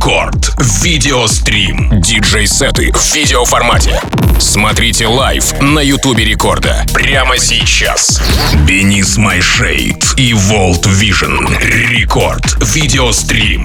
Рекорд. Видеострим. Диджей-сеты в видеоформате. Смотрите лайв на Ютубе Рекорда. Прямо сейчас. Beneath My Shade и Volt Vision. Рекорд. Видеострим.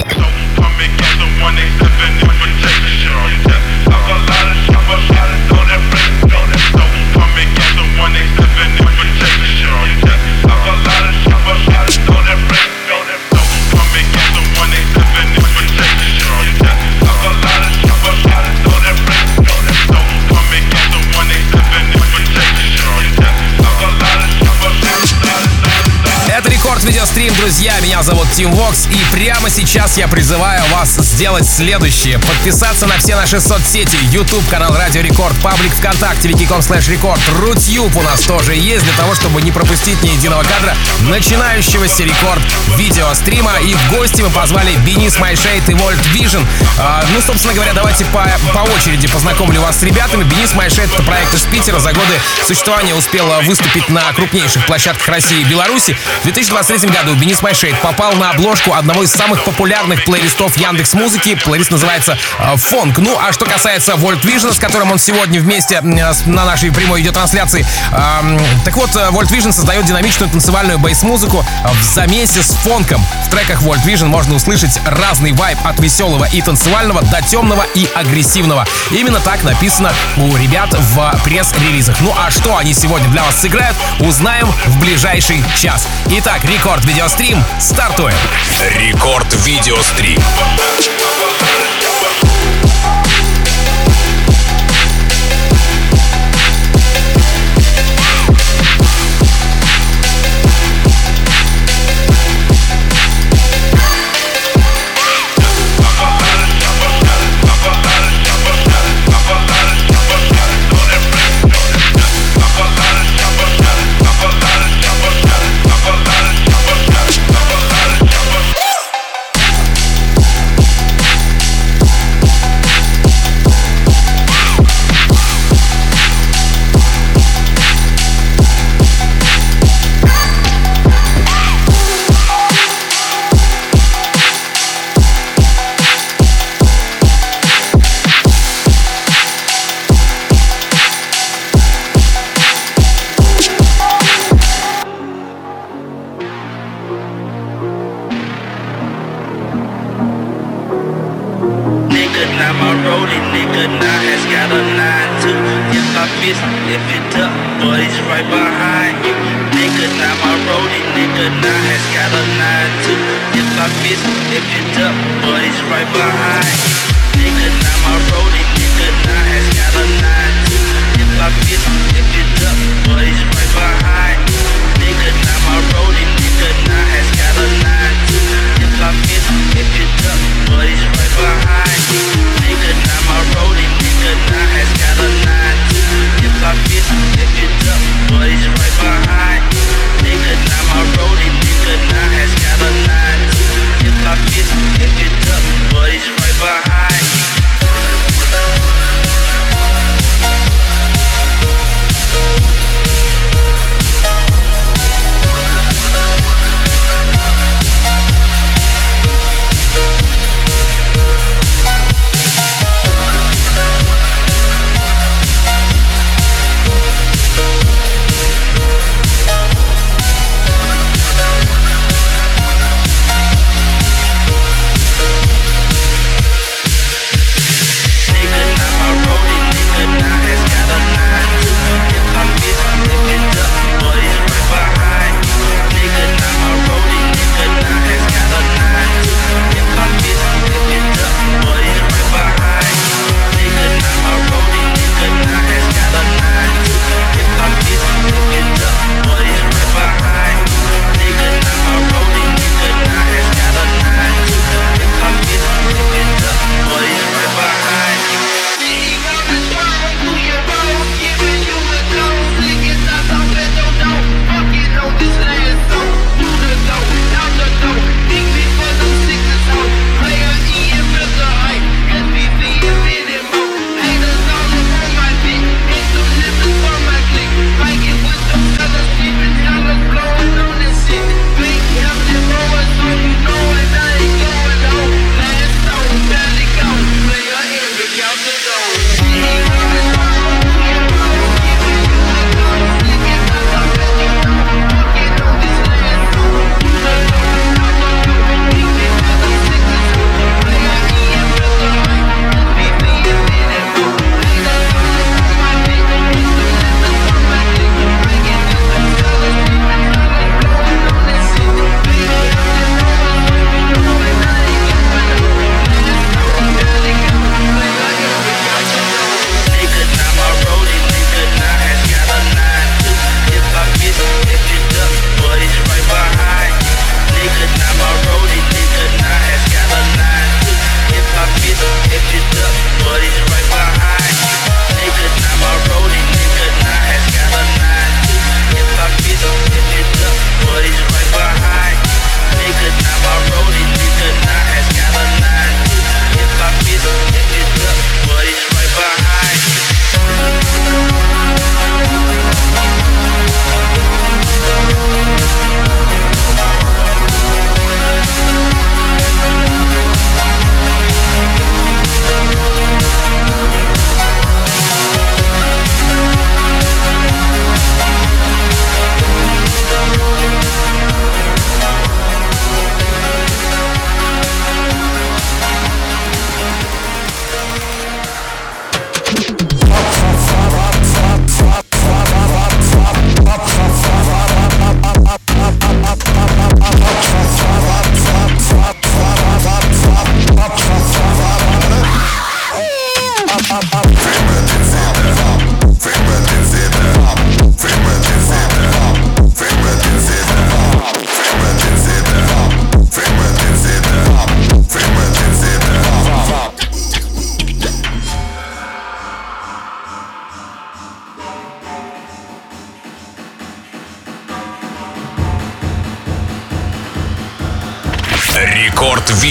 Видеострим, друзья, меня зовут Тим Вокс, и прямо сейчас я призываю вас сделать следующее: подписаться на все наши соцсети: YouTube, канал Радио Рекорд, паблик ВКонтакте, wiki.com/рекорд, Рутюб у нас тоже есть, для того, чтобы не пропустить ни единого кадра начинающегося Рекорд видеострима. И в гости мы позвали Beneath My Shade и Volt Vision. Собственно говоря, давайте по очереди познакомлю вас с ребятами. Beneath My Shade — это проект из Питера. За годы существования успел выступить на крупнейших площадках России и Беларуси. В 2023 году Beneath My Shade попал на обложку одного из самых популярных плейлистов Яндекс.Музыки. Плейлист называется «Фонк». Ну, а что касается Volt Vision, с которым он сегодня вместе на нашей прямой видеотрансляции. Так вот, Volt Vision создает динамичную танцевальную бейс-музыку в замесе с фонком. В треках Volt Vision можно услышать разный вайб от веселого и танцевального до темного и агрессивного. Именно так написано у ребят в пресс-релизах. Ну а что они сегодня для вас сыграют, узнаем в ближайший час. Итак, Рекорд Видеострим стартует. Рекорд Видеострим.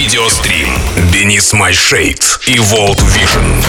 Видеострим. Beneath My Shade и World Vision.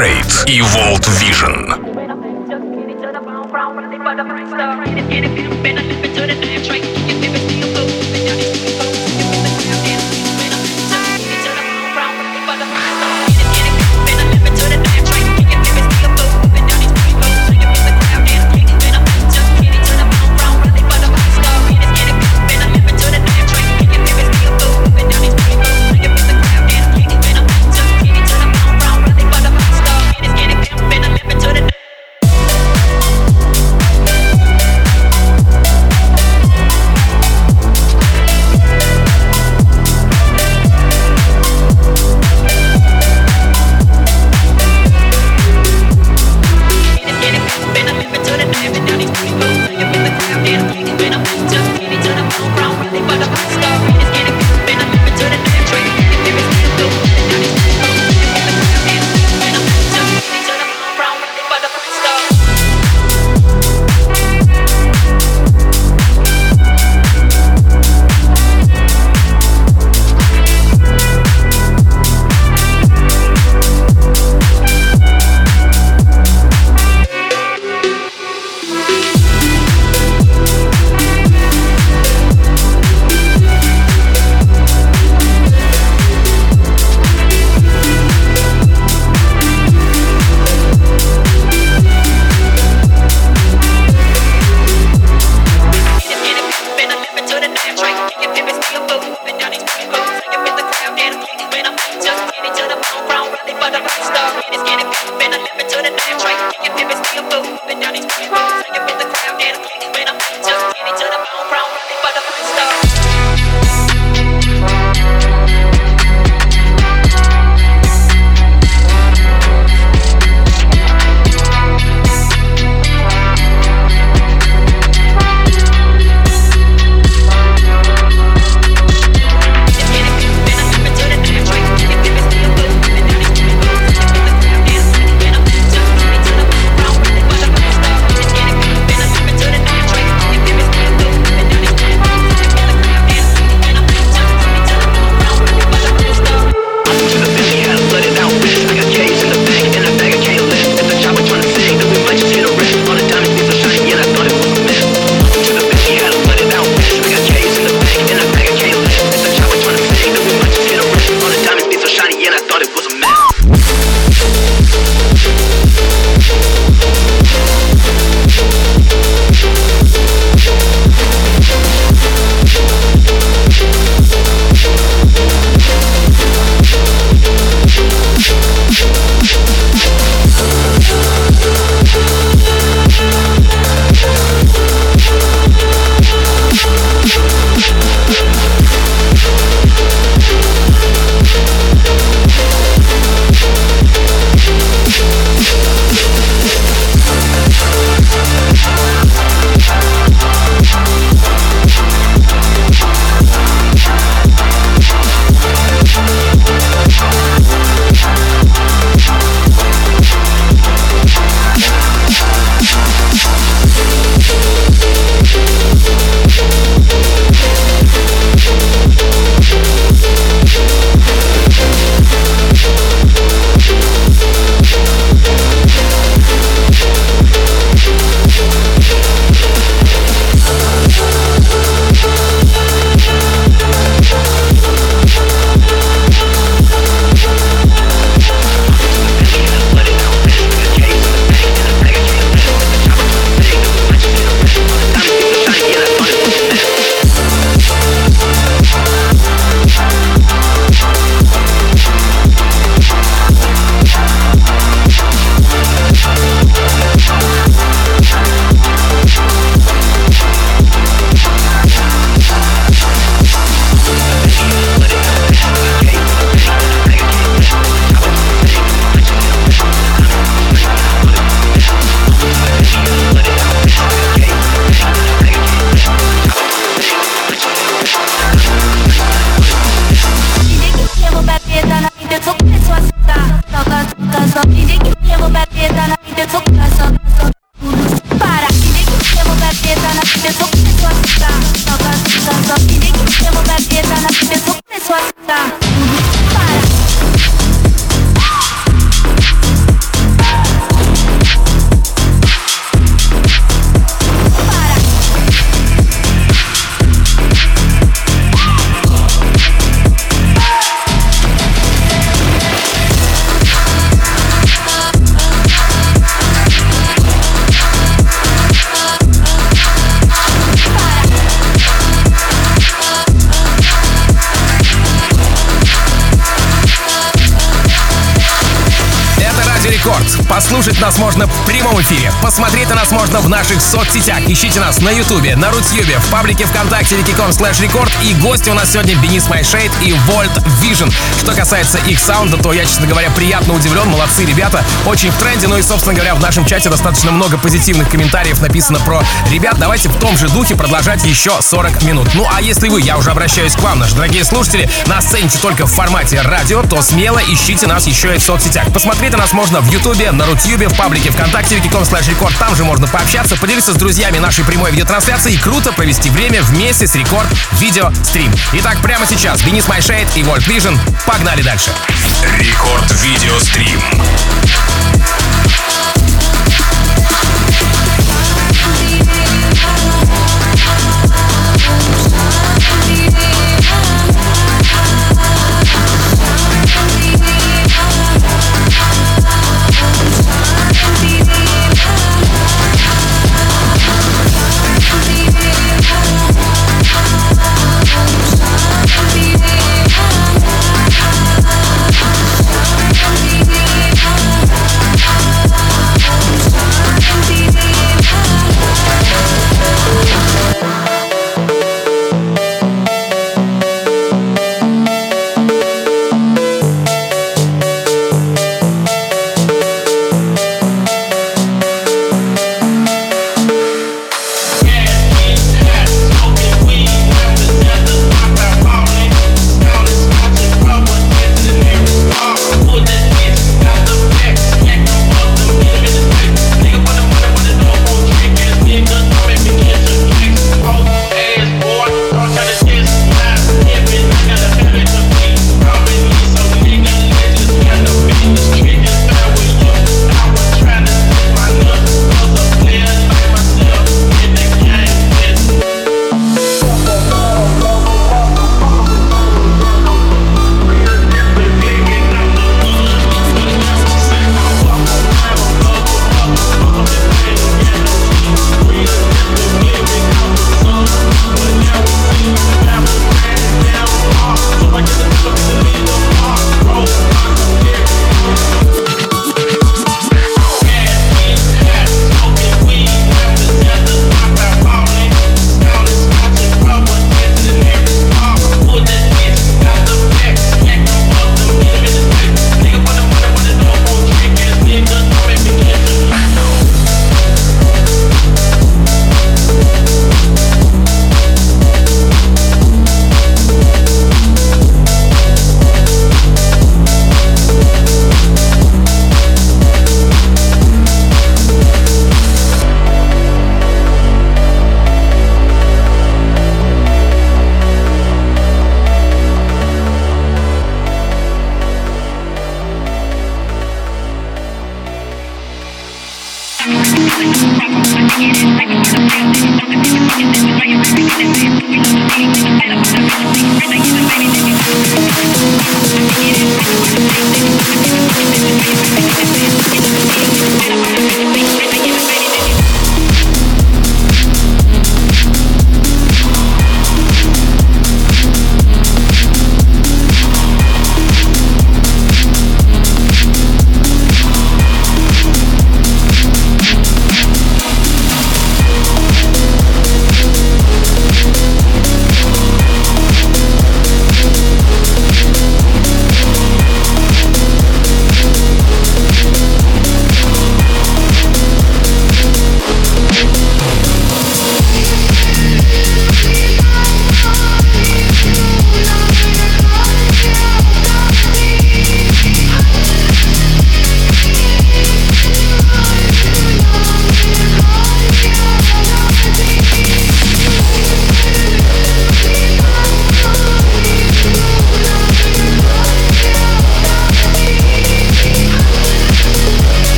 Shade и Vault Vision. Послушать нас можно в прямом эфире. Посмотреть на нас можно в наших соцсетях. Ищите нас на Ютубе, на Рутьюбе, в паблике ВКонтакте wiki.com/record. И гости у нас сегодня Beneath My Shade и Volt Vision. Что касается их саунда, то я, честно говоря, приятно удивлен. Молодцы ребята, очень в тренде. Ну и, собственно говоря, в нашем чате достаточно много позитивных комментариев написано про ребят. Давайте в том же духе продолжать еще 40 минут. Ну а если вы, я уже обращаюсь к вам, наши дорогие слушатели, нас цените только в формате радио, то смело ищите нас еще и в соцсетях. Посмотреть на нас можно в Ютубе, на Рутьюбе, в паблике ВКонтакте wiki.com/record. Там же можно пообщаться, поделиться с друзьями нашей прямой видеотрансляции и круто провести время вместе с Рекорд видеострим. Итак, прямо сейчас Beneath My Shade и Volt Vision. Погнали дальше. Рекорд видеострим.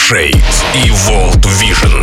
Shade и Vault Vision.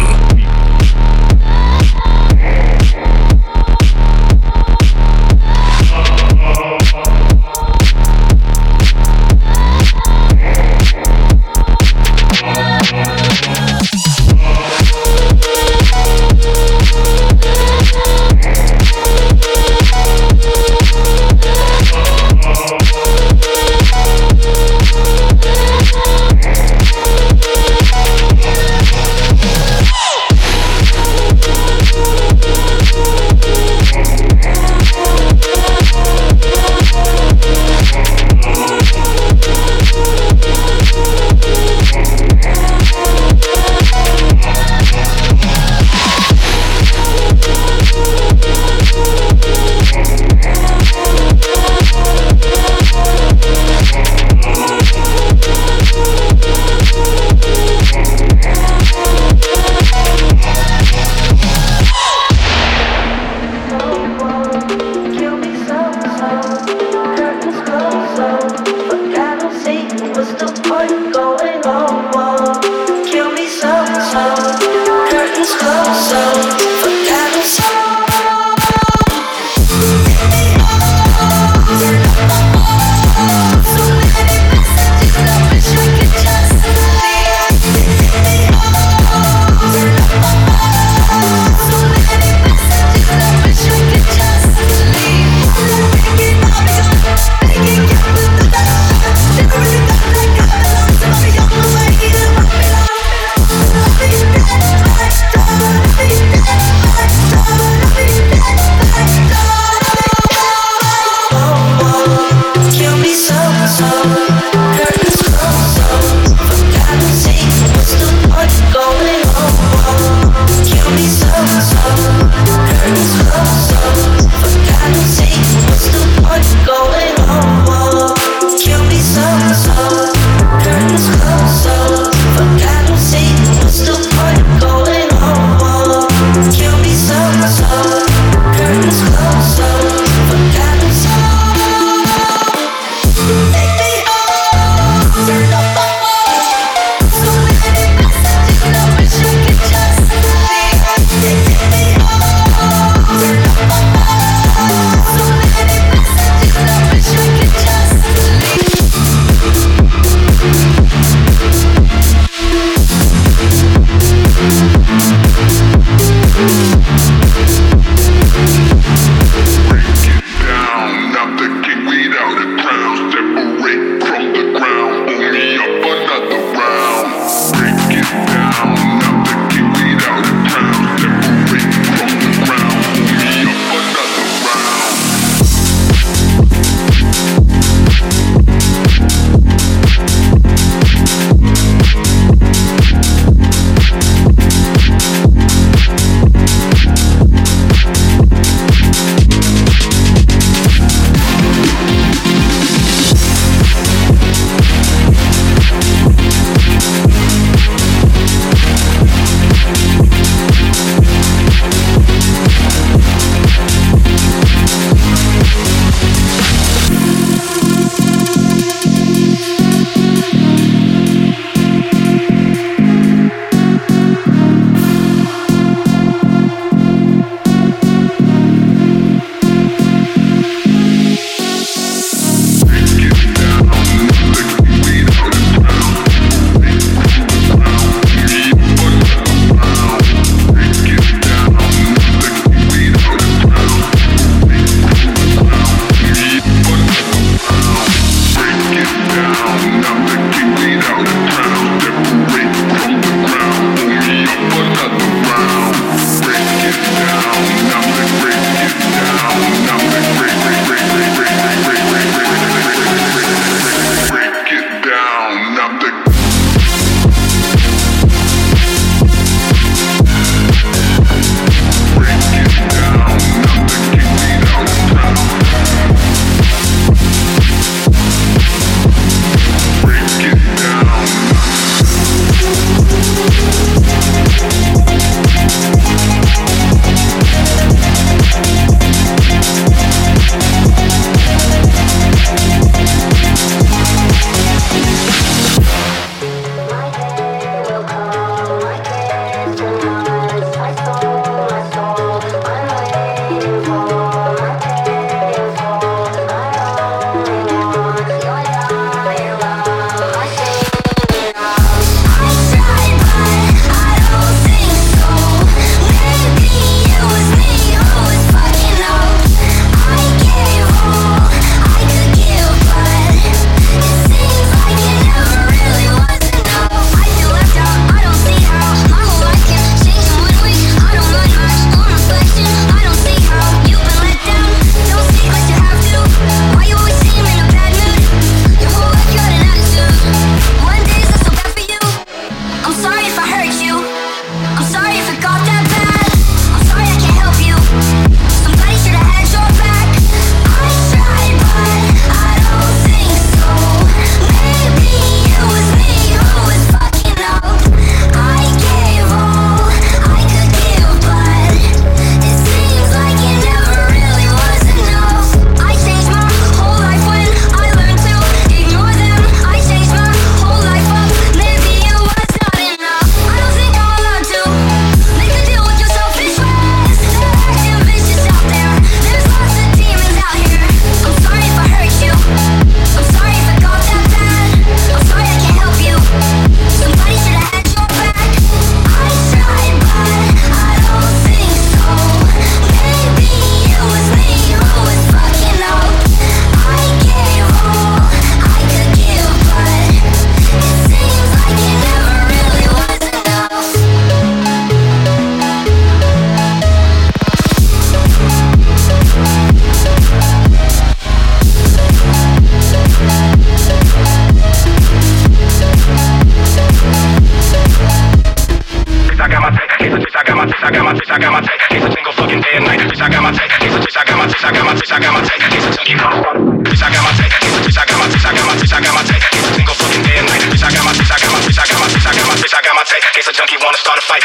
single fucking day and night. Bitch, I got my take. Case of bitch, I got my bitch, I got my bitch, I got my take. Case of junkie wanna start. Bitch, I got my take. Case of bitch, I got my bitch, I got my bitch, I got my take. Case of single fucking day and night. Bitch, I got my bitch, I got my bitch, I got my bitch, I got my bitch, I got my take. Case of junkie wanna start a fight.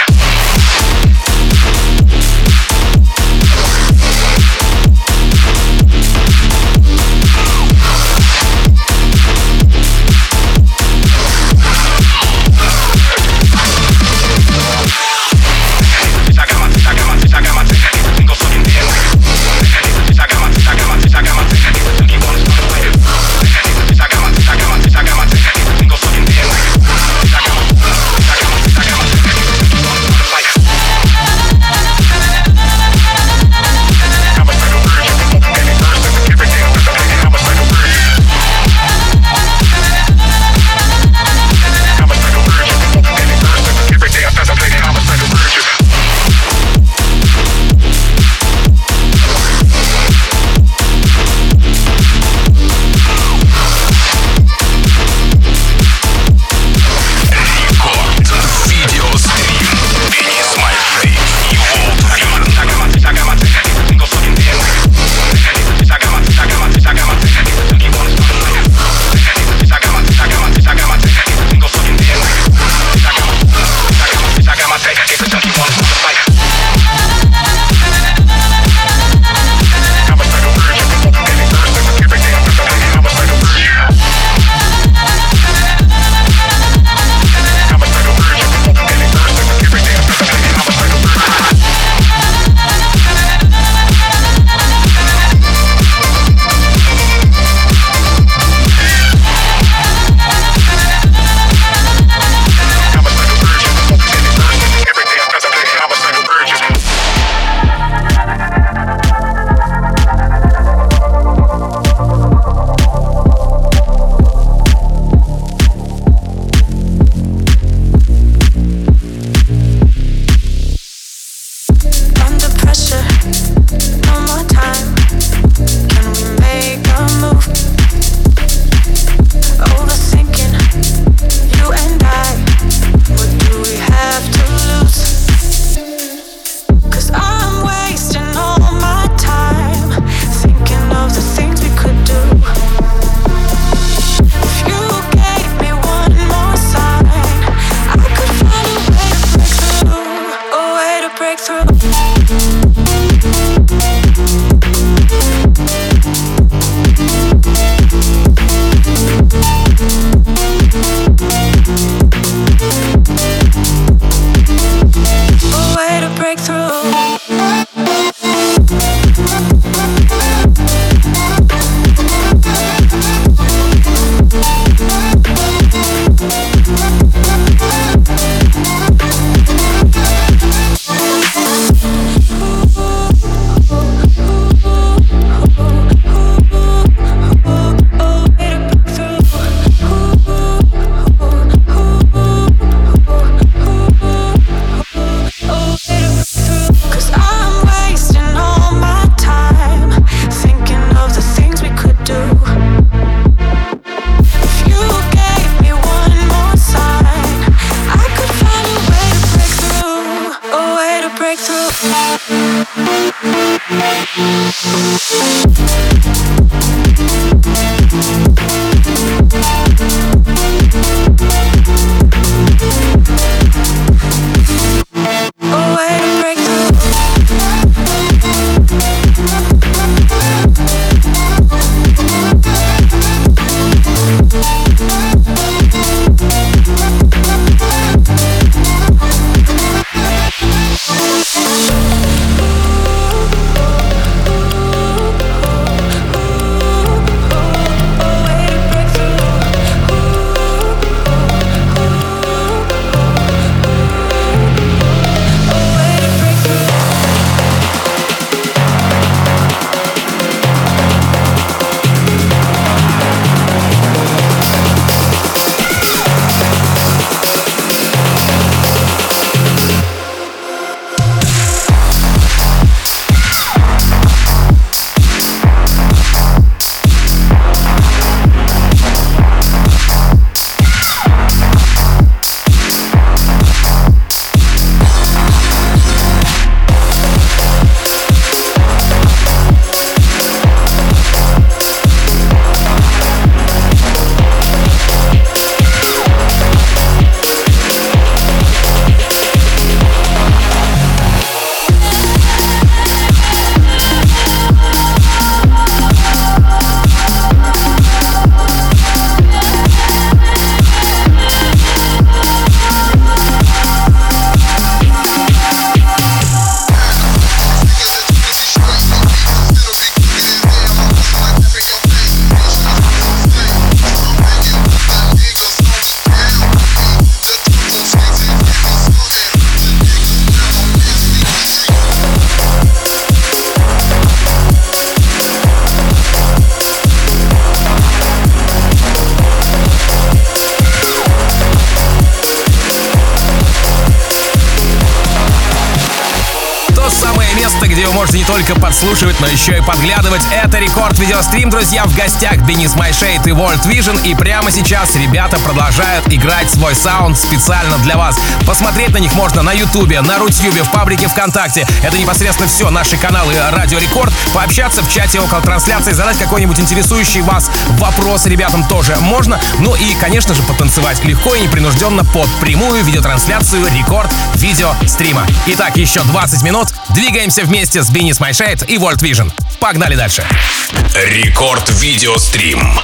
где вы можете не только подслушивать, но еще и подглядывать. Это Рекорд Видеострим, друзья, в гостях Beneath My Shade и World Vision. И прямо сейчас ребята продолжают играть свой саунд специально для вас. Посмотреть на них можно на Ютубе, на Рутьюбе, в паблике ВКонтакте. Это непосредственно все наши каналы Радио Рекорд. Пообщаться в чате около трансляции, задать какой-нибудь интересующий вас вопрос ребятам тоже можно. Ну и, конечно же, потанцевать легко и непринужденно под прямую видеотрансляцию Рекорд Видеострима. Итак, еще 20 минут. Двигаемся вместе с Beneath My Shade и World Vision. Погнали дальше. Рекорд Видеострим.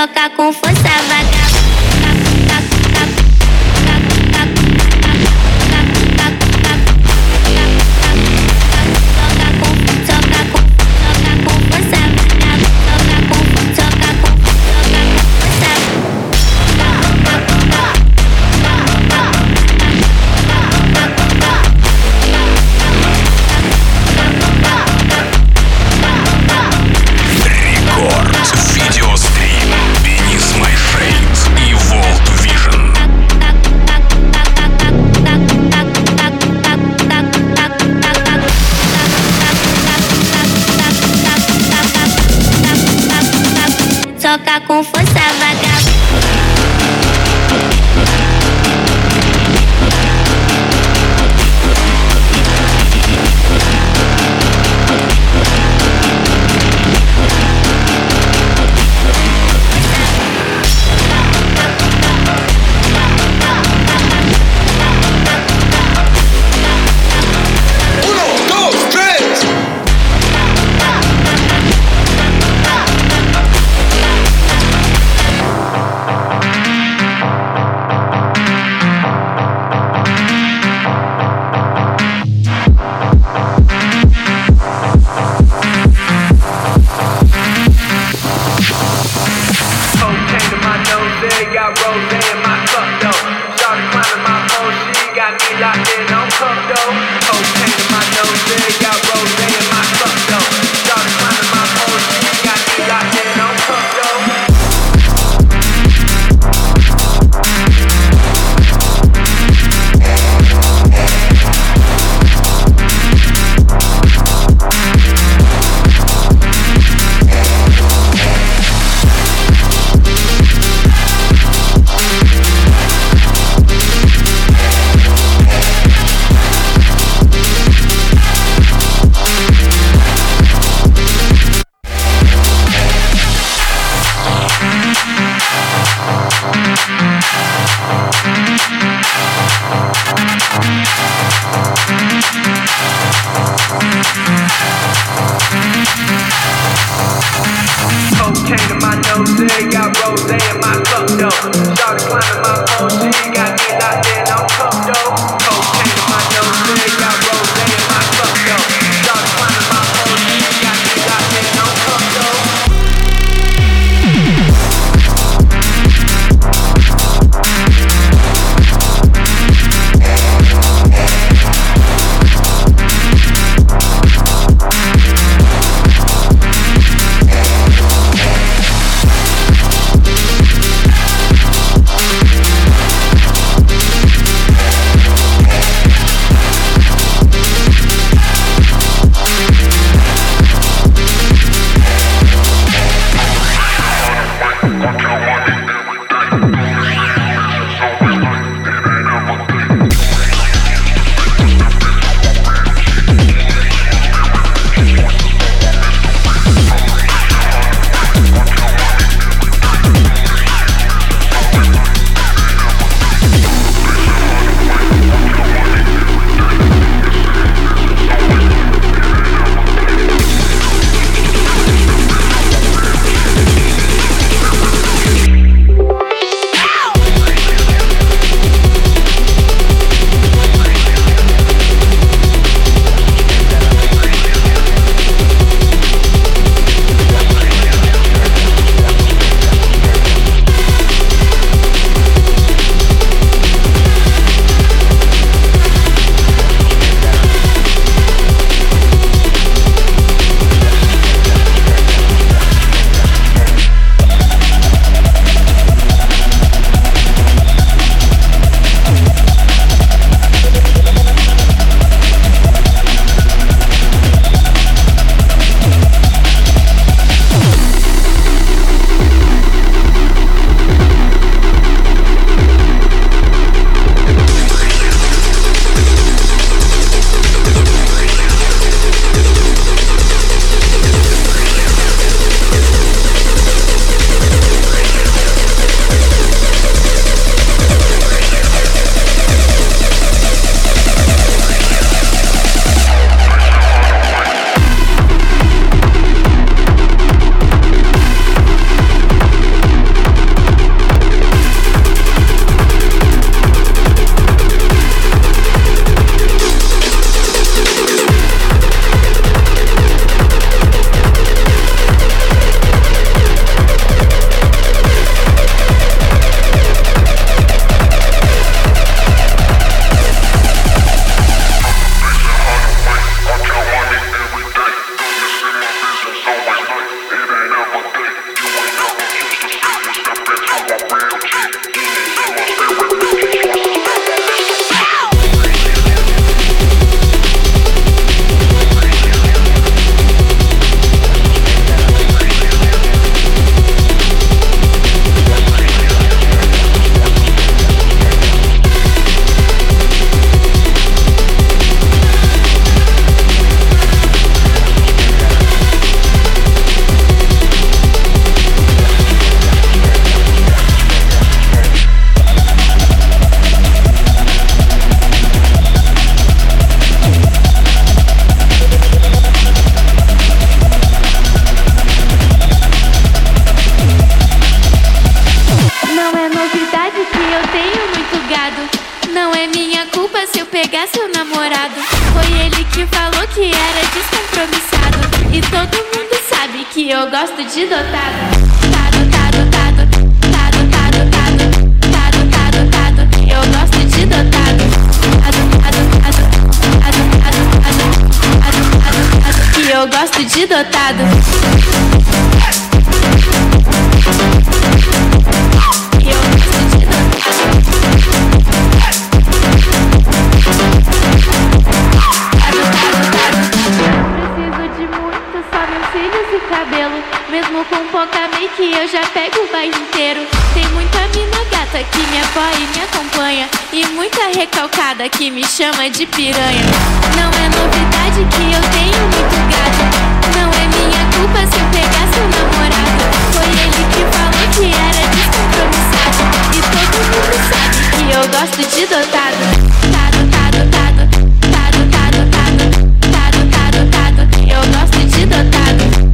soca com força vagabunda. Soca com força vagabunda. pegar seu namorado. Foi ele que falou que era descompromissado. E todo mundo sabe que eu gosto de dotado. Eu gosto de dotado. E eu gosto de dotado. Mesmo com pouca make eu já pego o bairro inteiro. Tem muita mina gata que me apoia e me acompanha, e muita recalcada que me chama de piranha. Não é novidade que eu tenho muito gato. Não é minha culpa se eu pegar seu namorado. Foi ele que falou que era descompromissado. E todo mundo sabe que eu gosto de dotado. Eu gosto de dotado.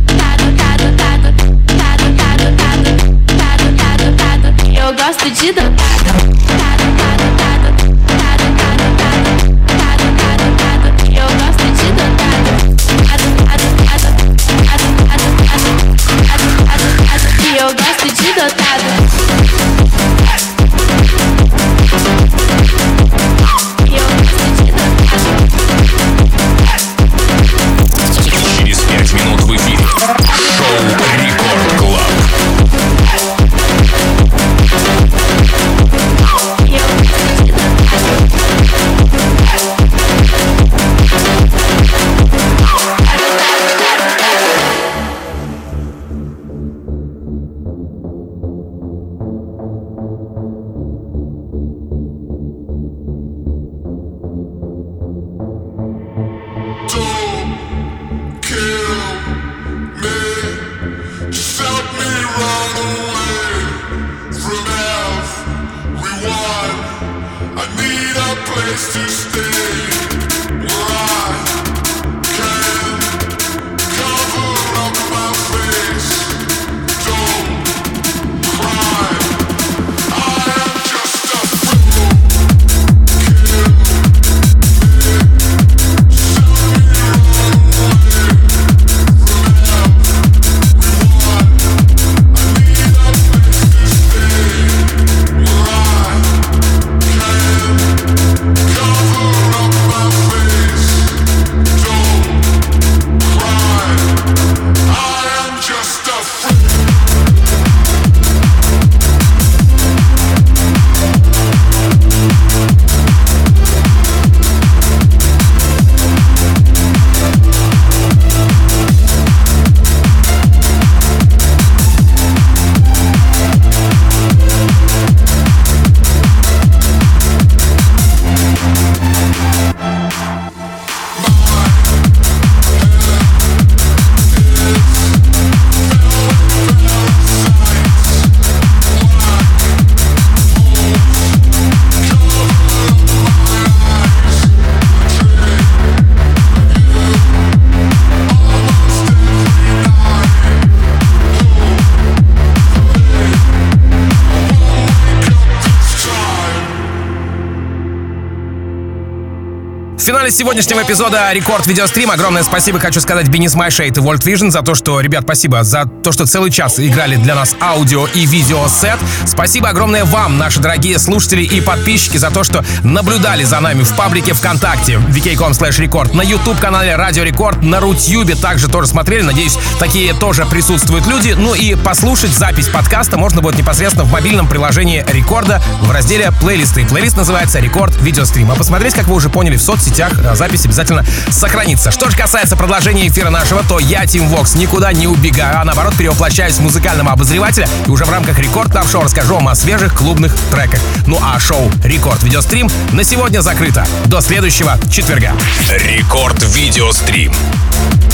Eu gosto de dotado. Eu gosto de dotado. E eu gosto de dotado. Через 5 минут в эфире. Шоу Рекорд Клаб. В финале сегодняшнего эпизода Рекорд Видеострим огромное спасибо хочу сказать Beneath My Shade и World Vision за то, что, ребят, спасибо за то, что целый час играли для нас аудио и видеосет. Спасибо огромное вам, наши дорогие слушатели и подписчики, за то, что наблюдали за нами в паблике ВКонтакте vk.com/record, на YouTube-канале Радио Рекорд, на Рутьюбе также тоже смотрели. Надеюсь, такие тоже присутствуют люди. Ну и послушать запись подкаста можно будет непосредственно в мобильном приложении Рекорда в разделе «Плейлисты». Плейлист называется «Рекорд Видеострим». А посмотреть, как вы уже поняли, в соцсетях запись обязательно сохранится. Что же касается продолжения эфира нашего, то я, Тим Вокс, никуда не убегаю, а наоборот перевоплощаюсь в музыкального обозревателя и уже в рамках Рекорд Клаб Шоу расскажу вам о свежих клубных треках. Ну а шоу Рекорд Видеострим на сегодня закрыто. До следующего четверга. Рекорд Видеострим.